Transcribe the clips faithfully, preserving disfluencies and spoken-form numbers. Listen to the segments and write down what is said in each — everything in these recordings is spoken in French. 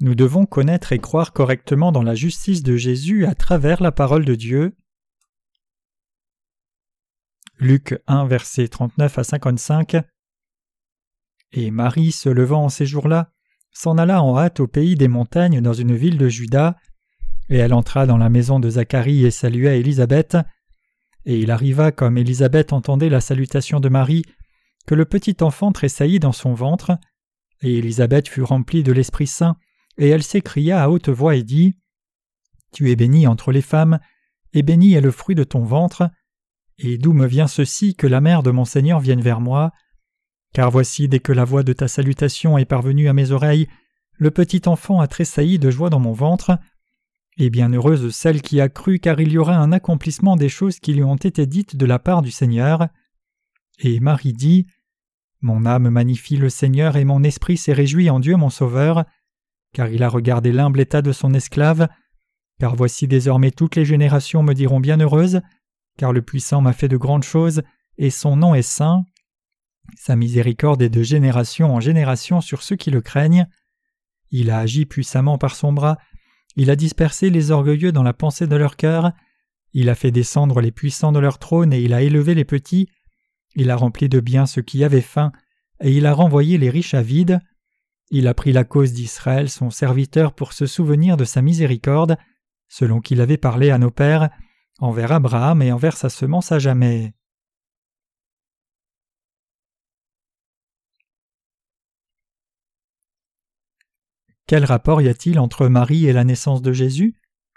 Nous devons connaître et croire correctement dans la justice de Jésus à travers la parole de Dieu. Luc un, versets trente-neuf à cinquante-cinq. Et Marie, se levant en ces jours-là, s'en alla en hâte au pays des montagnes dans une ville de Juda, et elle entra dans la maison de Zacharie et salua Élisabeth. Et il arriva, comme Élisabeth entendait la salutation de Marie, que le petit enfant tressaillit dans son ventre, et Élisabeth fut remplie de l'Esprit Saint, et elle s'écria à haute voix et dit : « Tu es bénie entre les femmes, et béni est le fruit de ton ventre. Et d'où me vient ceci que la mère de mon Seigneur vienne vers moi ? Car voici, dès que la voix de ta salutation est parvenue à mes oreilles, le petit enfant a tressailli de joie dans mon ventre. Et bienheureuse celle qui a cru, car il y aura un accomplissement des choses qui lui ont été dites de la part du Seigneur. » Et Marie dit : « Mon âme magnifie le Seigneur, et mon esprit s'est réjoui en Dieu mon Sauveur, car il a regardé l'humble état de son esclave. Car voici désormais toutes les générations me diront bienheureuse, car le Puissant m'a fait de grandes choses, et son nom est saint. Sa miséricorde est de génération en génération sur ceux qui le craignent. Il a agi puissamment par son bras, il a dispersé les orgueilleux dans la pensée de leur cœur, il a fait descendre les puissants de leur trône, et il a élevé les petits. Il a rempli de bien ceux qui avaient faim, et il a renvoyé les riches à vide. Il a pris la cause d'Israël, son serviteur, pour se souvenir de sa miséricorde, selon qu'il avait parlé à nos pères, envers Abraham et envers sa semence à jamais. » Quel rapport y a-t-il entre Marie et la naissance de Jésus ?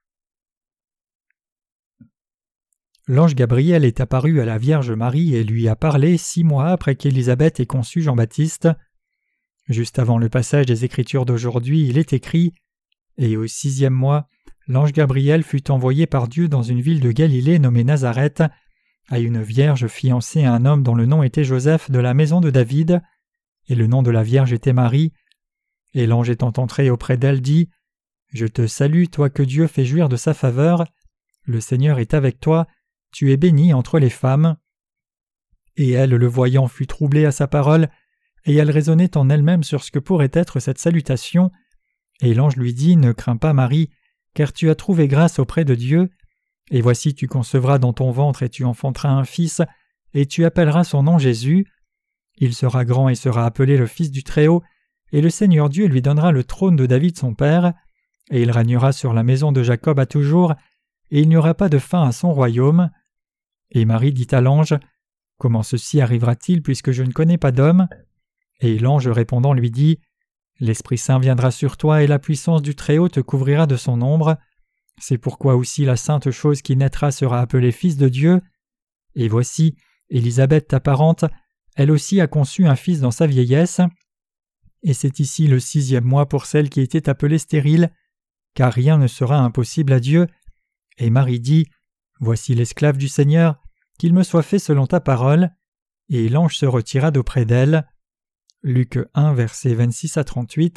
L'ange Gabriel est apparu à la Vierge Marie et lui a parlé six mois après qu'Élisabeth ait conçu Jean-Baptiste. Juste avant le passage des Écritures d'aujourd'hui, il est écrit « Et au sixième mois, l'ange Gabriel fut envoyé par Dieu dans une ville de Galilée nommée Nazareth, à une vierge fiancée à un homme dont le nom était Joseph de la maison de David, et le nom de la Vierge était Marie. Et l'ange étant entré auprès d'elle dit : Je te salue, toi que Dieu fait jouir de sa faveur. Le Seigneur est avec toi, tu es bénie entre les femmes. Et elle, le voyant, fut troublée à sa parole, et elle raisonnait en elle-même sur ce que pourrait être cette salutation. Et l'ange lui dit : Ne crains pas, Marie, car tu as trouvé grâce auprès de Dieu. Et voici, tu concevras dans ton ventre et tu enfanteras un fils, et tu appelleras son nom Jésus. Il sera grand et sera appelé le Fils du Très-Haut, et le Seigneur Dieu lui donnera le trône de David son père, et il régnera sur la maison de Jacob à toujours, et il n'y aura pas de fin à son royaume. Et Marie dit à l'ange : Comment ceci arrivera-t-il puisque je ne connais pas d'homme ? Et l'ange répondant lui dit : L'Esprit Saint viendra sur toi et la puissance du Très-Haut te couvrira de son ombre. C'est pourquoi aussi la sainte chose qui naîtra sera appelée Fils de Dieu. Et voici, Élisabeth ta parente, elle aussi a conçu un fils dans sa vieillesse. Et c'est ici le sixième mois pour celle qui était appelée stérile, car rien ne sera impossible à Dieu. Et Marie dit : Voici l'esclave du Seigneur, qu'il me soit fait selon ta parole. Et l'ange se retira d'auprès d'elle. Luc un, versets vingt-six à trente-huit.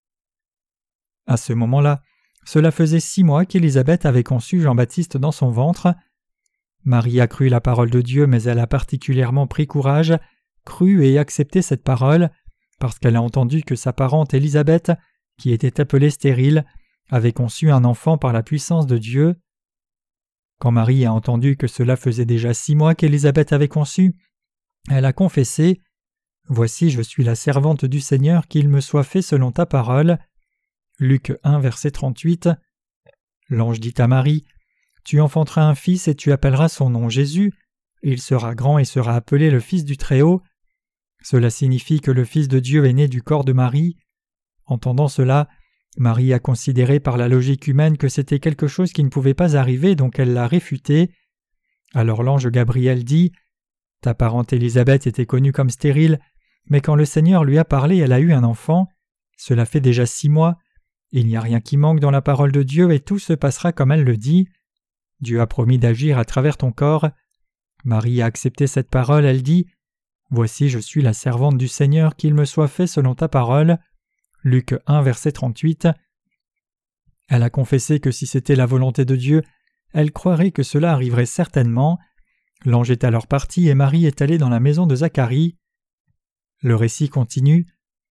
À ce moment-là, cela faisait six mois qu'Élisabeth avait conçu Jean-Baptiste dans son ventre. Marie a cru la parole de Dieu, mais elle a particulièrement pris courage, cru et accepté cette parole, parce qu'elle a entendu que sa parente Élisabeth, qui était appelée stérile, avait conçu un enfant par la puissance de Dieu. Quand Marie a entendu que cela faisait déjà six mois qu'Élisabeth avait conçu, elle a confessé : « Voici, je suis la servante du Seigneur, qu'il me soit fait selon ta parole. » Luc un, verset trente-huit. L'ange dit à Marie : « Tu enfanteras un fils et tu appelleras son nom Jésus. Il sera grand et sera appelé le Fils du Très-Haut. » Cela signifie que le Fils de Dieu est né du corps de Marie. Entendant cela, Marie a considéré par la logique humaine que c'était quelque chose qui ne pouvait pas arriver, donc elle l'a réfuté. Alors l'ange Gabriel dit : « Ta parente Élisabeth était connue comme stérile, mais quand le Seigneur lui a parlé, elle a eu un enfant. Cela fait déjà six mois. Il n'y a rien qui manque dans la parole de Dieu et tout se passera comme elle le dit. Dieu a promis d'agir à travers ton corps. » Marie a accepté cette parole, elle dit : « Voici, je suis la servante du Seigneur, qu'il me soit fait selon ta parole. » Luc un, verset trente-huit. Elle a confessé que si c'était la volonté de Dieu, elle croirait que cela arriverait certainement. L'ange est alors parti et Marie est allée dans la maison de Zacharie. Le récit continue.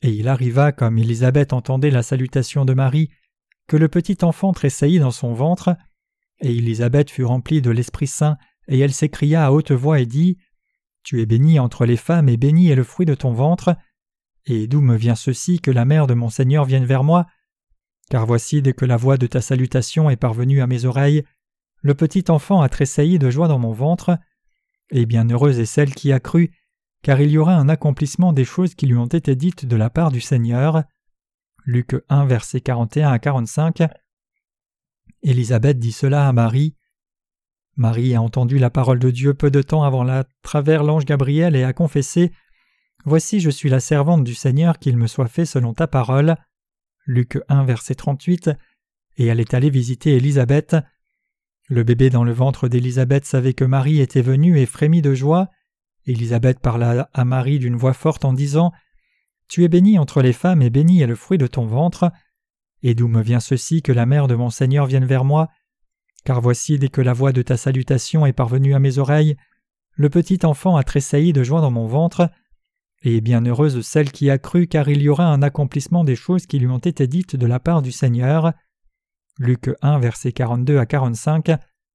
Et il arriva, comme Élisabeth entendait la salutation de Marie, que le petit enfant tressaillit dans son ventre, et Élisabeth fut remplie de l'Esprit Saint, et elle s'écria à haute voix et dit : « Tu es bénie entre les femmes, et béni est le fruit de ton ventre. Et d'où me vient ceci que la mère de mon Seigneur vienne vers moi ? Car voici, dès que la voix de ta salutation est parvenue à mes oreilles, le petit enfant a tressailli de joie dans mon ventre, et bienheureuse est celle qui a cru, car il y aura un accomplissement des choses qui lui ont été dites de la part du Seigneur. » Luc un, versets quarante et un à quarante-cinq. Élisabeth dit cela à Marie. Marie a entendu la parole de Dieu peu de temps avant la travers l'ange Gabriel et a confessé : « Voici, je suis la servante du Seigneur, qu'il me soit fait selon ta parole. » Luc un, verset trente-huit. Et elle est allée visiter Élisabeth. Le bébé dans le ventre d'Élisabeth savait que Marie était venue et frémit de joie. Élisabeth parla à Marie d'une voix forte en disant : « Tu es bénie entre les femmes, et béni est le fruit de ton ventre. Et d'où me vient ceci que la mère de mon Seigneur vienne vers moi ? Car voici, dès que la voix de ta salutation est parvenue à mes oreilles, le petit enfant a tressailli de joie dans mon ventre. Et bienheureuse celle qui a cru, car il y aura un accomplissement des choses qui lui ont été dites de la part du Seigneur. » Luc un, versets quarante-deux à quarante-cinq.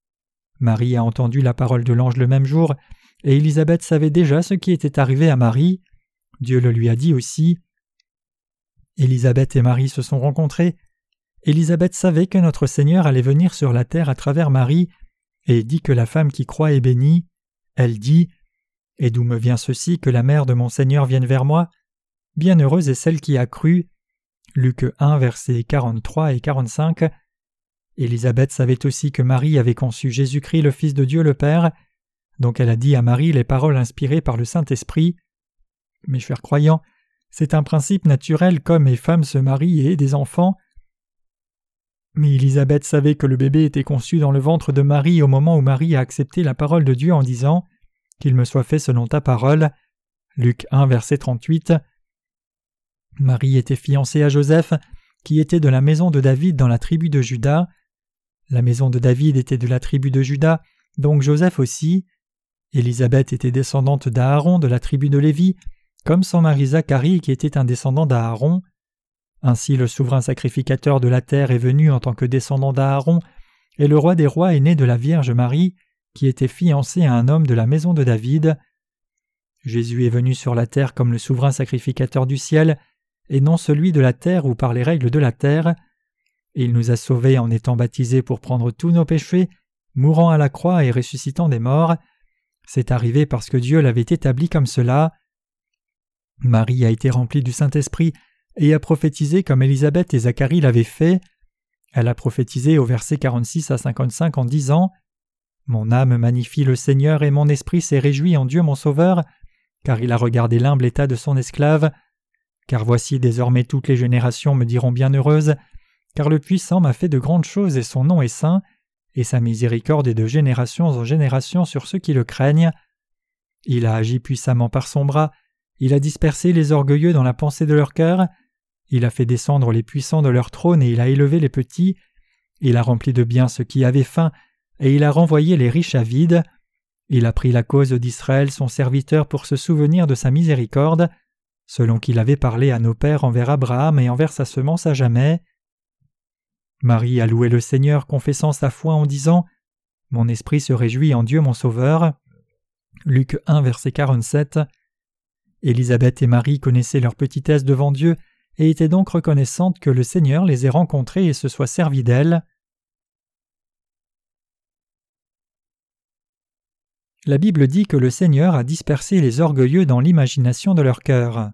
Marie a entendu la parole de l'ange le même jour, et Élisabeth savait déjà ce qui était arrivé à Marie. Dieu le lui a dit aussi. Élisabeth et Marie se sont rencontrées. Élisabeth savait que notre Seigneur allait venir sur la terre à travers Marie, et dit que la femme qui croit est bénie. Elle dit : « Et d'où me vient ceci que la mère de mon Seigneur vienne vers moi ? Bienheureuse est celle qui a cru. » Luc un, versets quarante-trois et quarante-cinq. Élisabeth savait aussi que Marie avait conçu Jésus-Christ, le Fils de Dieu le Père. Donc elle a dit à Marie les paroles inspirées par le Saint-Esprit. Mes chers croyants, c'est un principe naturel qu'hommes et femmes se marient et aient des enfants. Mais Élisabeth savait que le bébé était conçu dans le ventre de Marie au moment où Marie a accepté la parole de Dieu en disant : « Qu'il me soit fait selon ta parole. » Luc un, verset trente-huit. Marie était fiancée à Joseph, qui était de la maison de David dans la tribu de Juda. La maison de David était de la tribu de Juda, donc Joseph aussi. Élisabeth était descendante d'Aaron de la tribu de Lévi, comme son mari Zacharie qui était un descendant d'Aaron. Ainsi le souverain sacrificateur de la terre est venu en tant que descendant d'Aaron, et le roi des rois est né de la Vierge Marie, qui était fiancée à un homme de la maison de David. Jésus est venu sur la terre comme le souverain sacrificateur du ciel, et non celui de la terre ou par les règles de la terre. Il nous a sauvés en étant baptisé pour prendre tous nos péchés, mourant à la croix et ressuscitant des morts. C'est arrivé parce que Dieu l'avait établi comme cela. Marie a été remplie du Saint-Esprit et a prophétisé comme Élisabeth et Zacharie l'avaient fait. Elle a prophétisé au verset quarante-six à cinquante-cinq en disant : « Mon âme magnifie le Seigneur et mon esprit s'est réjoui en Dieu mon Sauveur, car il a regardé l'humble état de son esclave. Car voici désormais toutes les générations me diront bienheureuse, car le Puissant m'a fait de grandes choses et son nom est saint, et sa miséricorde est de génération en génération sur ceux qui le craignent. Il a agi puissamment par son bras, il a dispersé les orgueilleux dans la pensée de leur cœur, il a fait descendre les puissants de leur trône et il a élevé les petits, il a rempli de bien ceux qui avaient faim, et il a renvoyé les riches à vide. Il a pris la cause d'Israël son serviteur pour se souvenir de sa miséricorde, selon qu'il avait parlé à nos pères envers Abraham et envers sa semence à jamais. Marie a loué le Seigneur confessant sa foi en disant : « Mon esprit se réjouit en Dieu mon Sauveur. » Luc un, verset quarante-sept. Élisabeth et Marie connaissaient leur petitesse devant Dieu et étaient donc reconnaissantes que le Seigneur les ait rencontrées et se soit servi d'elles. La Bible dit que le Seigneur a dispersé les orgueilleux dans l'imagination de leur cœur.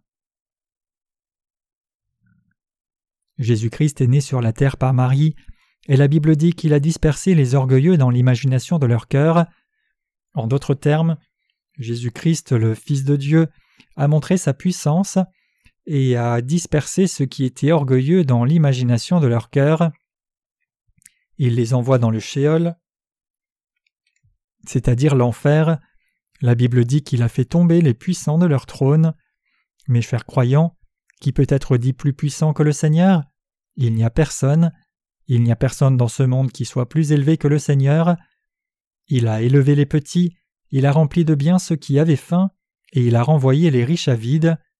Jésus-Christ est né sur la terre par Marie, et la Bible dit qu'il a dispersé les orgueilleux dans l'imagination de leur cœur. En d'autres termes, Jésus-Christ, le Fils de Dieu, a montré sa puissance et a dispersé ceux qui étaient orgueilleux dans l'imagination de leur cœur. Il les envoie dans le Sheol, c'est-à-dire l'enfer. La Bible dit qu'il a fait tomber les puissants de leur trône. Mes chers croyants, qui peut être dit plus puissant que le Seigneur ? Il n'y a personne. Il n'y a personne dans ce monde qui soit plus élevé que le Seigneur. Il a élevé les petits, il a rempli de bien ceux qui avaient faim, et il a renvoyé les riches à vide.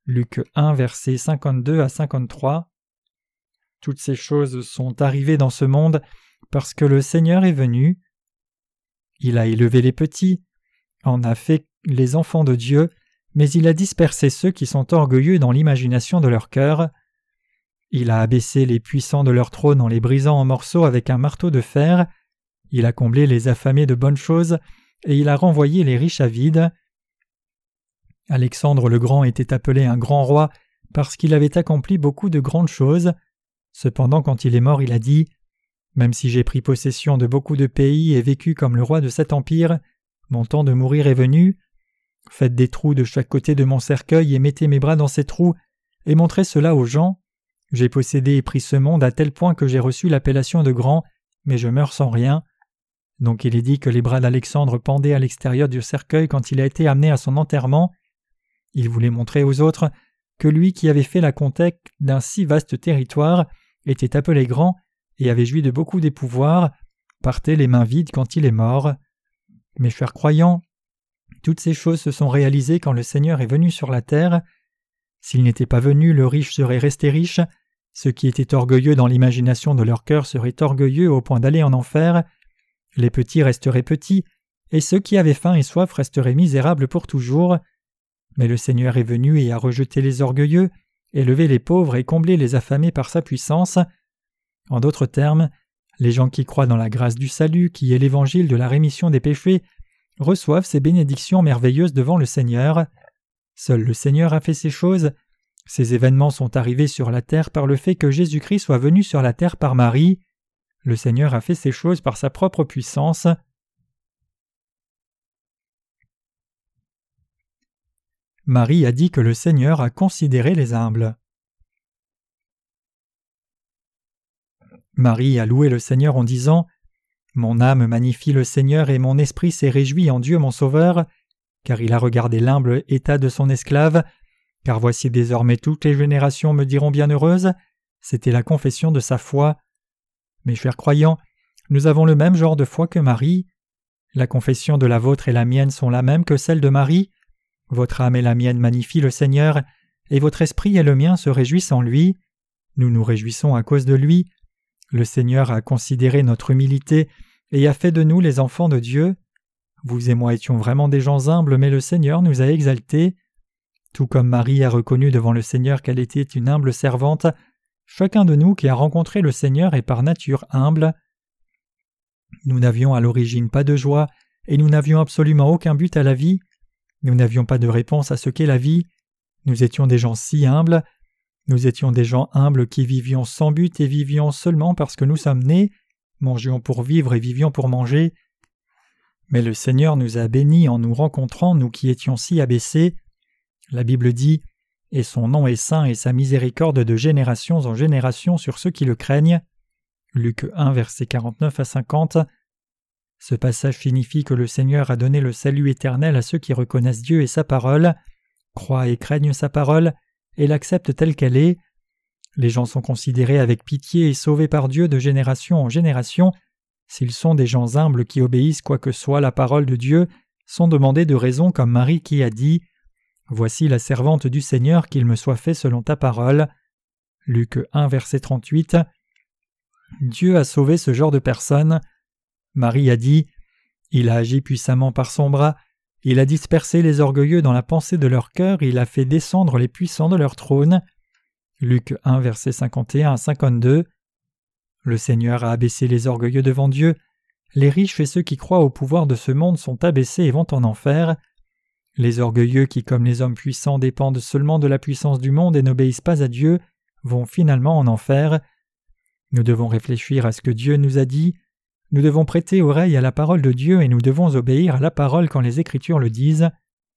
Luc un, versets cinquante-deux à cinquante-trois. Toutes ces choses sont arrivées dans ce monde parce que le Seigneur est venu. Il a élevé les petits, en a fait les enfants de Dieu, mais il a dispersé ceux qui sont orgueilleux dans l'imagination de leur cœur. Il a abaissé les puissants de leur trône en les brisant en morceaux avec un marteau de fer. Il a comblé les affamés de bonnes choses, et il a renvoyé les riches à vide. Alexandre le Grand était appelé un grand roi parce qu'il avait accompli beaucoup de grandes choses. Cependant, quand il est mort, il a dit « Même si j'ai pris possession de beaucoup de pays et vécu comme le roi de cet empire, mon temps de mourir est venu. Faites des trous de chaque côté de mon cercueil et mettez mes bras dans ces trous, et montrez cela aux gens. J'ai possédé et pris ce monde à tel point que j'ai reçu l'appellation de grand, mais je meurs sans rien. » Donc il est dit que les bras d'Alexandre pendaient à l'extérieur du cercueil quand il a été amené à son enterrement. Il voulait montrer aux autres que lui qui avait fait la conquête d'un si vaste territoire était appelé grand et avait joui de beaucoup des pouvoirs, partait les mains vides quand il est mort. Mes chers croyants, toutes ces choses se sont réalisées quand le Seigneur est venu sur la terre. S'il n'était pas venu, le riche serait resté riche, ceux qui étaient orgueilleux dans l'imagination de leur cœur seraient orgueilleux au point d'aller en enfer, les petits resteraient petits, et ceux qui avaient faim et soif resteraient misérables pour toujours. Mais le Seigneur est venu et a rejeté les orgueilleux, élevé les pauvres et comblé les affamés par sa puissance. En d'autres termes, les gens qui croient dans la grâce du salut, qui est l'évangile de la rémission des péchés, reçoivent ces bénédictions merveilleuses devant le Seigneur. Seul le Seigneur a fait ces choses. Ces événements sont arrivés sur la terre par le fait que Jésus-Christ soit venu sur la terre par Marie. Le Seigneur a fait ces choses par sa propre puissance. Marie a dit que le Seigneur a considéré les humbles. Marie a loué le Seigneur en disant « Mon âme magnifie le Seigneur et mon esprit s'est réjoui en Dieu mon Sauveur, car il a regardé l'humble état de son esclave, car voici désormais toutes les générations me diront bienheureuse. » C'était la confession de sa foi. Mes chers croyants, nous avons le même genre de foi que Marie. La confession de la vôtre et la mienne sont la même que celle de Marie. Votre âme et la mienne magnifient le Seigneur, et votre esprit et le mien se réjouissent en lui. Nous nous réjouissons à cause de lui. Le Seigneur a considéré notre humilité et a fait de nous les enfants de Dieu. Vous et moi étions vraiment des gens humbles, mais le Seigneur nous a exaltés. Tout comme Marie a reconnu devant le Seigneur qu'elle était une humble servante, chacun de nous qui a rencontré le Seigneur est par nature humble. Nous n'avions à l'origine pas de joie, et nous n'avions absolument aucun but à la vie. Nous n'avions pas de réponse à ce qu'est la vie. Nous étions des gens si humbles. Nous étions des gens humbles qui vivions sans but et vivions seulement parce que nous sommes nés, mangions pour vivre et vivions pour manger. Mais le Seigneur nous a bénis en nous rencontrant, nous qui étions si abaissés. La Bible dit « Et son nom est saint et sa miséricorde de génération en génération sur ceux qui le craignent » Luc un, versets quarante-neuf à cinquante. Ce passage signifie que le Seigneur a donné le salut éternel à ceux qui reconnaissent Dieu et sa parole, croient et craignent sa parole, et l'acceptent telle qu'elle est. Les gens sont considérés avec pitié et sauvés par Dieu de génération en génération. S'ils sont des gens humbles qui obéissent quoi que soit la parole de Dieu, sont demandés de raison comme Marie qui a dit « Voici la servante du Seigneur, qu'il me soit fait selon ta parole. » Luc un, verset trente-huit. Dieu a sauvé ce genre de personnes. Marie a dit « Il a agi puissamment par son bras, il a dispersé les orgueilleux dans la pensée de leur cœur, il a fait descendre les puissants de leur trône. » Luc un, versets cinquante et un à cinquante-deux. Le Seigneur a abaissé les orgueilleux devant Dieu. Les riches et ceux qui croient au pouvoir de ce monde sont abaissés et vont en enfer. Les orgueilleux qui, comme les hommes puissants, dépendent seulement de la puissance du monde et n'obéissent pas à Dieu, vont finalement en enfer. Nous devons réfléchir à ce que Dieu nous a dit. Nous devons prêter oreille à la parole de Dieu et nous devons obéir à la parole quand les Écritures le disent.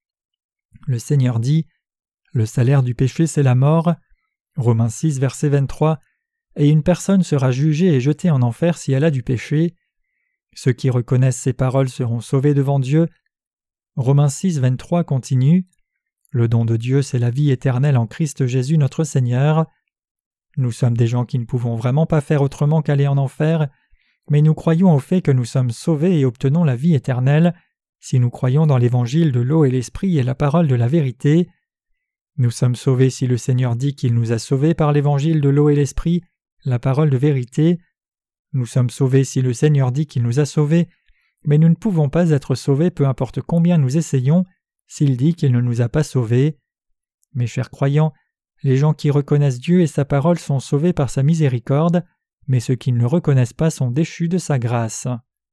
Le Seigneur dit « Le salaire du péché, c'est la mort. » Romains six, verset vingt-trois. Et une personne sera jugée et jetée en enfer si elle a du péché. Ceux qui reconnaissent ces paroles seront sauvés devant Dieu. Romains six, vingt-trois continue « Le don de Dieu, c'est la vie éternelle en Christ Jésus notre Seigneur. » Nous sommes des gens qui ne pouvons vraiment pas faire autrement qu'aller en enfer, mais nous croyons au fait que nous sommes sauvés et obtenons la vie éternelle si nous croyons dans l'évangile de l'eau et l'esprit et la parole de la vérité. Nous sommes sauvés si le Seigneur dit qu'il nous a sauvés par l'évangile de l'eau et l'esprit, la parole de vérité. Nous sommes sauvés si le Seigneur dit qu'il nous a sauvés, mais nous ne pouvons pas être sauvés peu importe combien nous essayons s'il dit qu'il ne nous a pas sauvés. Mes chers croyants, les gens qui reconnaissent Dieu et sa parole sont sauvés par sa miséricorde, mais ceux qui ne le reconnaissent pas sont déchus de sa grâce.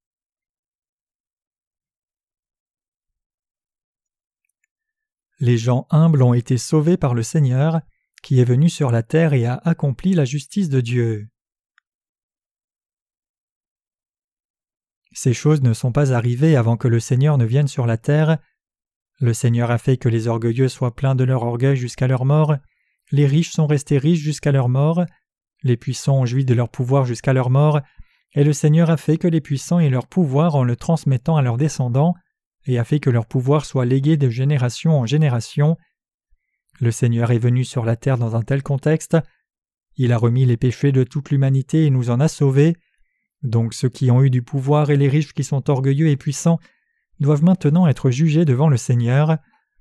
Les gens humbles ont été sauvés par le Seigneur, qui est venu sur la terre et a accompli la justice de Dieu. Ces choses ne sont pas arrivées avant que le Seigneur ne vienne sur la terre. Le Seigneur a fait que les orgueilleux soient pleins de leur orgueil jusqu'à leur mort, les riches sont restés riches jusqu'à leur mort, les puissants ont joui de leur pouvoir jusqu'à leur mort, et le Seigneur a fait que les puissants aient leur pouvoir en le transmettant à leurs descendants, et a fait que leur pouvoir soit légué de génération en génération. Le Seigneur est venu sur la terre dans un tel contexte. Il a remis les péchés de toute l'humanité et nous en a sauvés. Donc ceux qui ont eu du pouvoir et les riches qui sont orgueilleux et puissants doivent maintenant être jugés devant le Seigneur.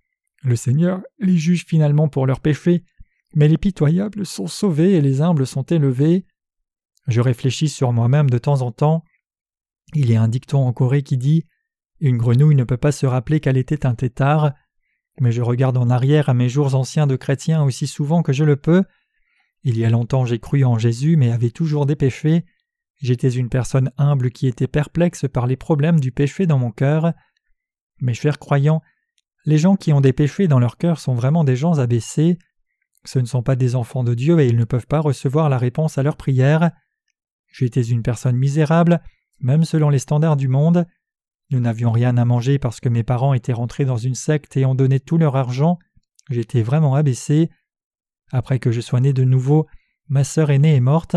Le Seigneur les juge finalement pour leurs péchés, mais les pitoyables sont sauvés et les humbles sont élevés. Je réfléchis sur moi-même de temps en temps. Il y a un dicton en Corée qui dit « Une grenouille ne peut pas se rappeler qu'elle était un tétard », mais je regarde en arrière à mes jours anciens de chrétien aussi souvent que je le peux. Il y a longtemps j'ai cru en Jésus mais avais toujours des péchés. J'étais une personne humble qui était perplexe par les problèmes du péché dans mon cœur. Mes chers croyants, les gens qui ont des péchés dans leur cœur sont vraiment des gens abaissés. Ce ne sont pas des enfants de Dieu et ils ne peuvent pas recevoir la réponse à leurs prières. J'étais une personne misérable, même selon les standards du monde. Nous n'avions rien à manger parce que mes parents étaient rentrés dans une secte et ont donné tout leur argent. J'étais vraiment abaissé. Après que je sois né de nouveau, ma sœur aînée est morte.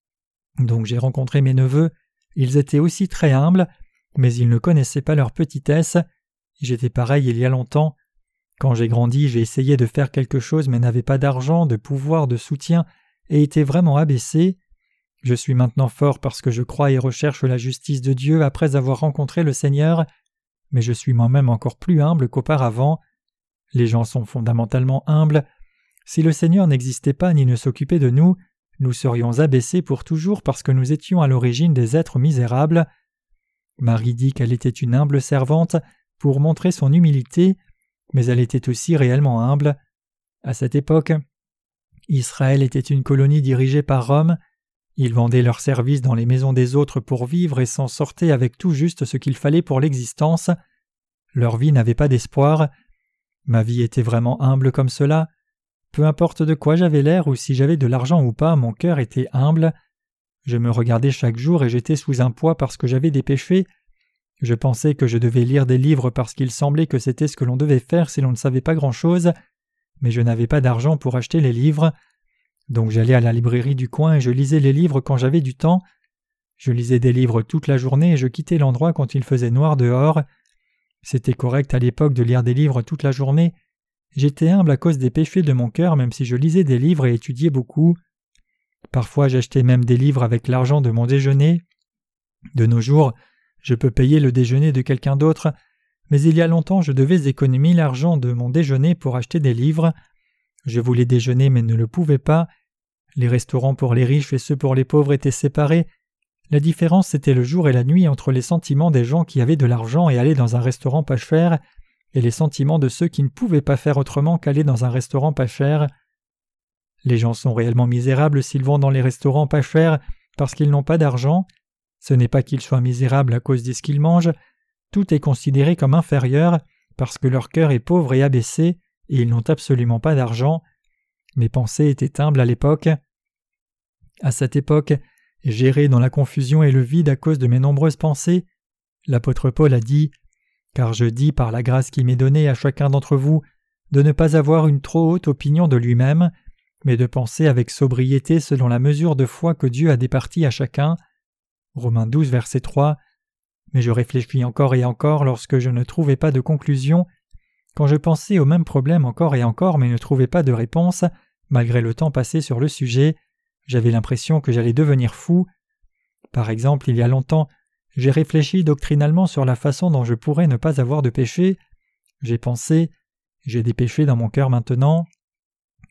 Donc j'ai rencontré mes neveux. Ils étaient aussi très humbles, mais ils ne connaissaient pas leur petitesse. J'étais pareil il y a longtemps. Quand j'ai grandi, j'ai essayé de faire quelque chose mais n'avais pas d'argent, de pouvoir, de soutien et étais vraiment abaissé. Je suis maintenant fort parce que je crois et recherche la justice de Dieu après avoir rencontré le Seigneur, mais je suis moi-même encore plus humble qu'auparavant. Les gens sont fondamentalement humbles. Si le Seigneur n'existait pas ni ne s'occupait de nous, nous serions abaissés pour toujours parce que nous étions à l'origine des êtres misérables. Marie dit qu'elle était une humble servante pour montrer son humilité, mais elle était aussi réellement humble. À cette époque, Israël était une colonie dirigée par Rome. Ils vendaient leurs services dans les maisons des autres pour vivre et s'en sortaient avec tout juste ce qu'il fallait pour l'existence. Leur vie n'avait pas d'espoir. Ma vie était vraiment humble comme cela. Peu importe de quoi j'avais l'air ou si j'avais de l'argent ou pas, mon cœur était humble. Je me regardais chaque jour et j'étais sous un poids parce que j'avais des péchés. Je pensais que je devais lire des livres parce qu'il semblait que c'était ce que l'on devait faire si l'on ne savait pas grand-chose, mais je n'avais pas d'argent pour acheter les livres. Donc j'allais à la librairie du coin et je lisais les livres quand j'avais du temps. Je lisais des livres toute la journée et je quittais l'endroit quand il faisait noir dehors. C'était correct à l'époque de lire des livres toute la journée. J'étais humble à cause des péchés de mon cœur même si je lisais des livres et étudiais beaucoup. Parfois j'achetais même des livres avec l'argent de mon déjeuner. De nos jours, je peux payer le déjeuner de quelqu'un d'autre, mais il y a longtemps je devais économiser l'argent de mon déjeuner pour acheter des livres. Je voulais déjeuner mais ne le pouvais pas. Les restaurants pour les riches et ceux pour les pauvres étaient séparés. La différence c'était le jour et la nuit entre les sentiments des gens qui avaient de l'argent et allaient dans un restaurant pas cher et les sentiments de ceux qui ne pouvaient pas faire autrement qu'aller dans un restaurant pas cher. Les gens sont réellement misérables s'ils vont dans les restaurants pas chers parce qu'ils n'ont pas d'argent. Ce n'est pas qu'ils soient misérables à cause de ce qu'ils mangent. Tout est considéré comme inférieur parce que leur cœur est pauvre et abaissé et ils n'ont absolument pas d'argent. Mes pensées étaient humbles à l'époque. À cette époque, j'errais dans la confusion et le vide à cause de mes nombreuses pensées. L'apôtre Paul a dit « Car je dis par la grâce qui m'est donnée à chacun d'entre vous de ne pas avoir une trop haute opinion de lui-même, mais de penser avec sobriété selon la mesure de foi que Dieu a départie à chacun. » Romains douze, verset trois. Mais je réfléchis encore et encore lorsque je ne trouvais pas de conclusion. Quand je pensais au même problème encore et encore mais ne trouvais pas de réponse, malgré le temps passé sur le sujet, j'avais l'impression que j'allais devenir fou. Par exemple, il y a longtemps, j'ai réfléchi doctrinalement sur la façon dont je pourrais ne pas avoir de péché. J'ai pensé « J'ai des péchés dans mon cœur maintenant.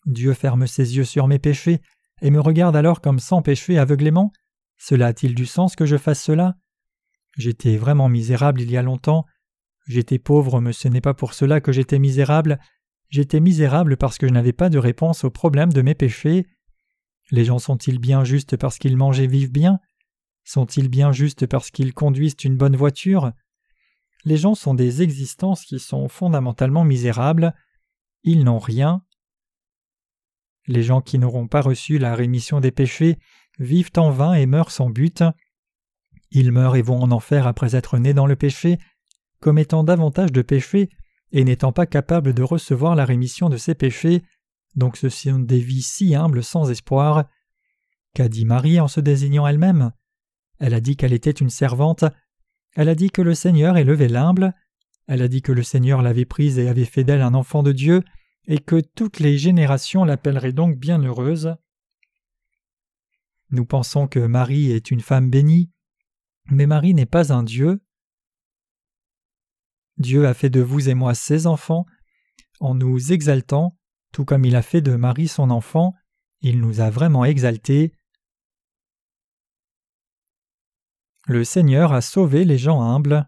Dieu ferme ses yeux sur mes péchés et me regarde alors comme sans péché aveuglément? Cela a-t-il du sens que je fasse cela? J'étais vraiment misérable il y a longtemps. J'étais pauvre, mais ce n'est pas pour cela que j'étais misérable. J'étais misérable parce que je n'avais pas de réponse au problème de mes péchés. Les gens sont-ils bien justes parce qu'ils mangent et vivent bien? Sont-ils bien justes parce qu'ils conduisent une bonne voiture? Les gens sont des existences qui sont fondamentalement misérables. Ils n'ont rien. Les gens qui n'auront pas reçu la rémission des péchés vivent en vain et meurent sans but. Ils meurent et vont en enfer après être nés dans le péché, commettant davantage de péchés et n'étant pas capables de recevoir la rémission de ces péchés, donc ce sont des vies si humbles sans espoir. Qu'a dit Marie en se désignant elle-même? Elle a dit qu'elle était une servante. Elle a dit que le Seigneur élevait l'humble. Elle a dit que le Seigneur l'avait prise et avait fait d'elle un enfant de Dieu, et que toutes les générations l'appelleraient donc bienheureuse. Nous pensons que Marie est une femme bénie, mais Marie n'est pas un Dieu. Dieu a fait de vous et moi ses enfants, en nous exaltant, tout comme il a fait de Marie son enfant. Il nous a vraiment exaltés. Le Seigneur a sauvé les gens humbles.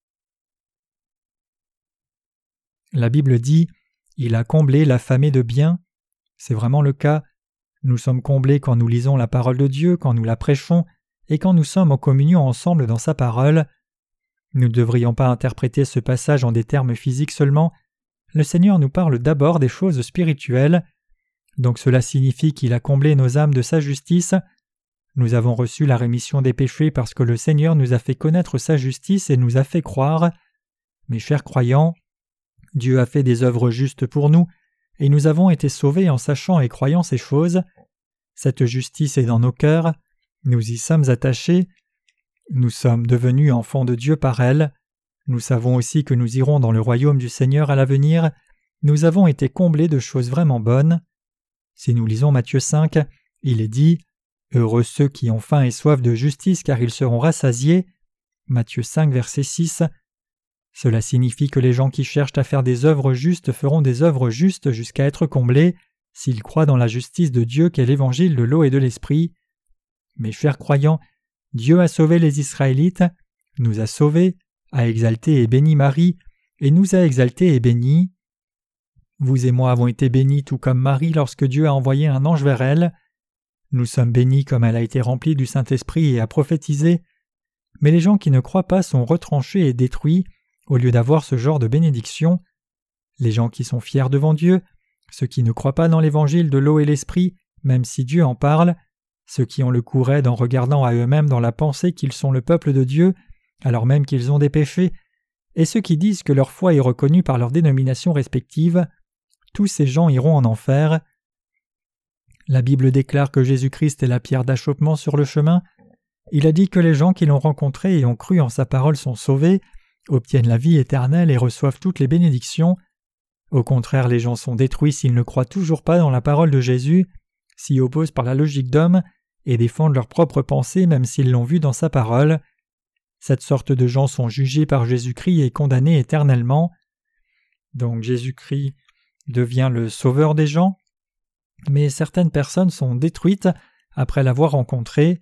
La Bible dit « Il a comblé l'affamé de biens ». C'est vraiment le cas. Nous sommes comblés quand nous lisons la parole de Dieu, quand nous la prêchons, et quand nous sommes en communion ensemble dans sa parole. Nous ne devrions pas interpréter ce passage en des termes physiques seulement. Le Seigneur nous parle d'abord des choses spirituelles. Donc cela signifie qu'il a comblé nos âmes de sa justice. Nous avons reçu la rémission des péchés parce que le Seigneur nous a fait connaître sa justice et nous a fait croire. Mes chers croyants, Dieu a fait des œuvres justes pour nous, et nous avons été sauvés en sachant et croyant ces choses. Cette justice est dans nos cœurs, nous y sommes attachés, nous sommes devenus enfants de Dieu par elle. Nous savons aussi que nous irons dans le royaume du Seigneur à l'avenir. Nous avons été comblés de choses vraiment bonnes. Si nous lisons Matthieu cinq, il est dit « Heureux ceux qui ont faim et soif de justice, car ils seront rassasiés » Matthieu cinq, verset six. Cela signifie que les gens qui cherchent à faire des œuvres justes feront des œuvres justes jusqu'à être comblés, s'ils croient dans la justice de Dieu qu'est l'évangile de l'eau et de l'esprit. Mes chers croyants, Dieu a sauvé les Israélites, nous a sauvés, a exalté et béni Marie, et nous a exaltés et bénis. Vous et moi avons été bénis tout comme Marie lorsque Dieu a envoyé un ange vers elle. Nous sommes bénis comme elle a été remplie du Saint-Esprit et a prophétisé. Mais les gens qui ne croient pas sont retranchés et détruits au lieu d'avoir ce genre de bénédiction. Les gens qui sont fiers devant Dieu, ceux qui ne croient pas dans l'évangile de l'eau et l'esprit, même si Dieu en parle, ceux qui ont le cou raide en regardant à eux-mêmes dans la pensée qu'ils sont le peuple de Dieu, alors même qu'ils ont des péchés, et ceux qui disent que leur foi est reconnue par leur dénomination respective, tous ces gens iront en enfer. La Bible déclare que Jésus-Christ est la pierre d'achoppement sur le chemin. Il a dit que les gens qui l'ont rencontré et ont cru en sa parole sont sauvés, obtiennent la vie éternelle et reçoivent toutes les bénédictions. Au contraire, les gens sont détruits s'ils ne croient toujours pas dans la parole de Jésus, s'y opposent par la logique d'homme et défendent leurs propres pensées même s'ils l'ont vu dans sa parole. Cette sorte de gens sont jugés par Jésus-Christ et condamnés éternellement. Donc Jésus-Christ devient le sauveur des gens, mais certaines personnes sont détruites après l'avoir rencontré.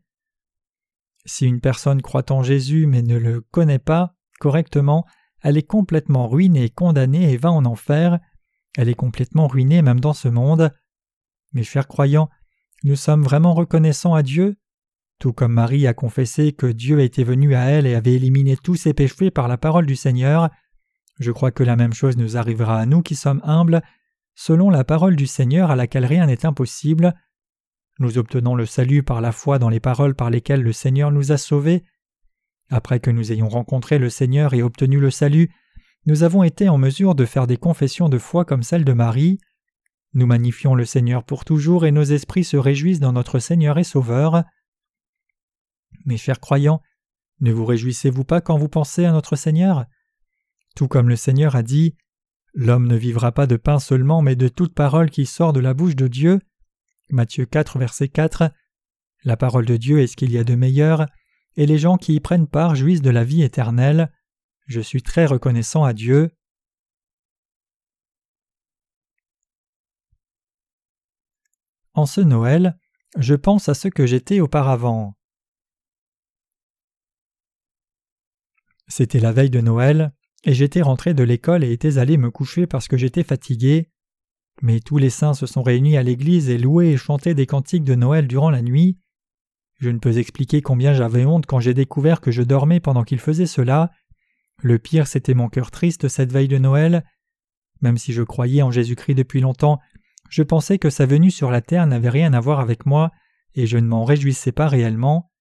Si une personne croit en Jésus mais ne le connaît pas correctement, elle est complètement ruinée, condamnée et va en enfer. Elle est complètement ruinée même dans ce monde. Mes chers croyants, nous sommes vraiment reconnaissants à Dieu. Tout comme Marie a confessé que Dieu était venu à elle et avait éliminé tous ses péchés par la parole du Seigneur, je crois que la même chose nous arrivera à nous qui sommes humbles, selon la parole du Seigneur à laquelle rien n'est impossible. Nous obtenons le salut par la foi dans les paroles par lesquelles le Seigneur nous a sauvés. Après que nous ayons rencontré le Seigneur et obtenu le salut, nous avons été en mesure de faire des confessions de foi comme celle de Marie. Nous magnifions le Seigneur pour toujours et nos esprits se réjouissent dans notre Seigneur et Sauveur. Mes chers croyants, ne vous réjouissez-vous pas quand vous pensez à notre Seigneur? Tout comme le Seigneur a dit « L'homme ne vivra pas de pain seulement, mais de toute parole qui sort de la bouche de Dieu » Matthieu quatre, verset quatre. La parole de Dieu est ce qu'il y a de meilleur, et les gens qui y prennent part jouissent de la vie éternelle. Je suis très reconnaissant à Dieu. En ce Noël, je pense à ce que j'étais auparavant. C'était la veille de Noël, et j'étais rentré de l'école et étais allé me coucher parce que j'étais fatigué. Mais tous les saints se sont réunis à l'église et louaient et chantaient des cantiques de Noël durant la nuit. Je ne peux expliquer combien j'avais honte quand j'ai découvert que je dormais pendant qu'ils faisaient cela. Le pire, c'était mon cœur triste cette veille de Noël. Même si je croyais en Jésus-Christ depuis longtemps, je pensais que sa venue sur la terre n'avait rien à voir avec moi, et je ne m'en réjouissais pas réellement.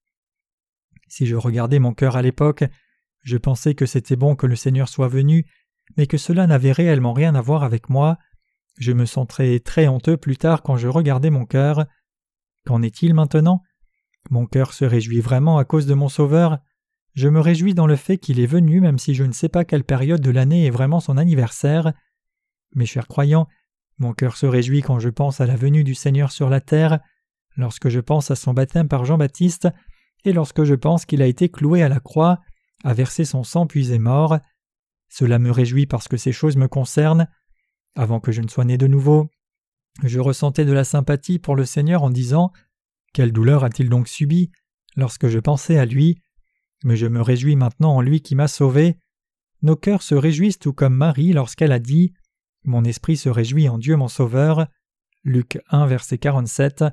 Si je regardais mon cœur à l'époque, je pensais que c'était bon que le Seigneur soit venu, mais que cela n'avait réellement rien à voir avec moi. Je me sentirais très honteux plus tard quand je regardais mon cœur. Qu'en est-il maintenant ? Mon cœur se réjouit vraiment à cause de mon Sauveur. Je me réjouis dans le fait qu'il est venu même si je ne sais pas quelle période de l'année est vraiment son anniversaire. Mes chers croyants, mon cœur se réjouit quand je pense à la venue du Seigneur sur la terre, lorsque je pense à son baptême par Jean-Baptiste, et lorsque je pense qu'il a été cloué à la croix, a versé son sang puis est mort. Cela me réjouit parce que ces choses me concernent. Avant que je ne sois né de nouveau, je ressentais de la sympathie pour le Seigneur en disant « Quelle douleur a-t-il donc subi ?» lorsque je pensais à lui. Mais je me réjouis maintenant en lui qui m'a sauvé. Nos cœurs se réjouissent tout comme Marie lorsqu'elle a dit « Mon esprit se réjouit en Dieu mon Sauveur » Luc un, verset quarante-sept.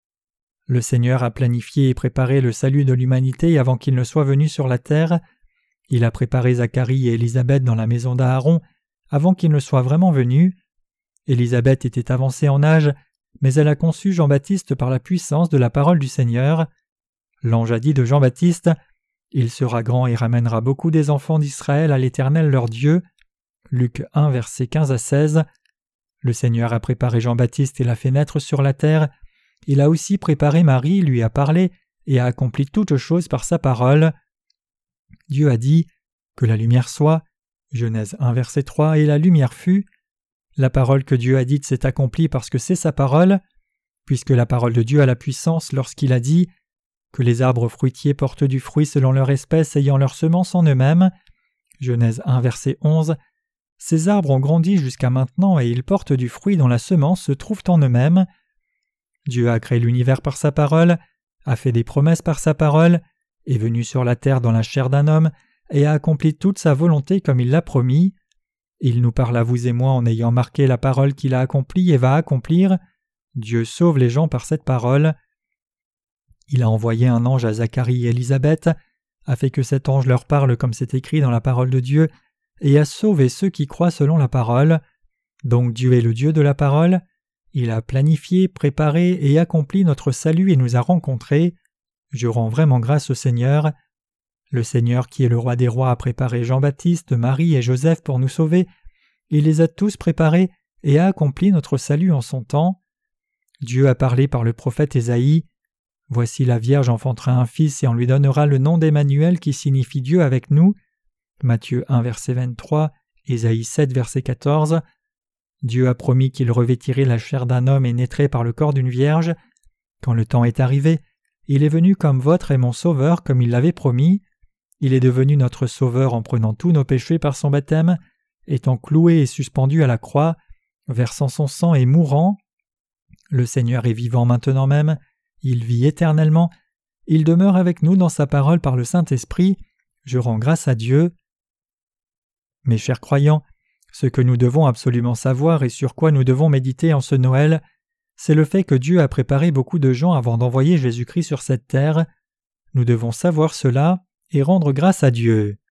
Le Seigneur a planifié et préparé le salut de l'humanité avant qu'il ne soit venu sur la terre. Il a préparé Zacharie et Élisabeth dans la maison d'Aaron avant qu'il ne soit vraiment venu. Élisabeth était avancée en âge, mais elle a conçu Jean-Baptiste par la puissance de la parole du Seigneur. L'ange a dit de Jean-Baptiste « Il sera grand et ramènera beaucoup des enfants d'Israël à l'Éternel leur Dieu » Luc un, versets quinze à seize. Le Seigneur a préparé Jean-Baptiste et l'a fait naître sur la terre. Il a aussi préparé Marie, lui a parlé et a accompli toutes choses par sa parole. Dieu a dit « Que la lumière soit » Genèse un, verset trois, et la lumière fut. La parole que Dieu a dite s'est accomplie parce que c'est sa parole, puisque la parole de Dieu a la puissance lorsqu'il a dit que les arbres fruitiers portent du fruit selon leur espèce ayant leur semence en eux-mêmes. Genèse un, verset onze. Ces arbres ont grandi jusqu'à maintenant et ils portent du fruit dont la semence se trouve en eux-mêmes. Dieu a créé l'univers par sa parole, a fait des promesses par sa parole, est venu sur la terre dans la chair d'un homme et a accompli toute sa volonté comme il l'a promis. Il nous parle à vous et moi en ayant marqué la parole qu'il a accomplie et va accomplir. Dieu sauve les gens par cette parole. Il a envoyé un ange à Zacharie et Élisabeth, a fait que cet ange leur parle comme c'est écrit dans la parole de Dieu, et a sauvé ceux qui croient selon la parole. Donc Dieu est le Dieu de la parole. Il a planifié, préparé et accompli notre salut et nous a rencontrés. Je rends vraiment grâce au Seigneur. Le Seigneur qui est le roi des rois a préparé Jean-Baptiste, Marie et Joseph pour nous sauver. Il les a tous préparés et a accompli notre salut en son temps. Dieu a parlé par le prophète Ésaïe. « Voici la Vierge enfantera un fils et on lui donnera le nom d'Emmanuel qui signifie Dieu avec nous. » Matthieu un, verset vingt-trois, Ésaïe sept, verset quatorze. Dieu a promis qu'il revêtirait la chair d'un homme et naîtrait par le corps d'une vierge. Quand le temps est arrivé, il est venu comme votre et mon Sauveur comme il l'avait promis. Il est devenu notre Sauveur en prenant tous nos péchés par son baptême, étant cloué et suspendu à la croix, versant son sang et mourant. Le Seigneur est vivant maintenant même, il vit éternellement, il demeure avec nous dans sa parole par le Saint-Esprit. Je rends grâce à Dieu. Mes chers croyants, ce que nous devons absolument savoir et sur quoi nous devons méditer en ce Noël, c'est le fait que Dieu a préparé beaucoup de gens avant d'envoyer Jésus-Christ sur cette terre. Nous devons savoir cela et rendre grâce à Dieu.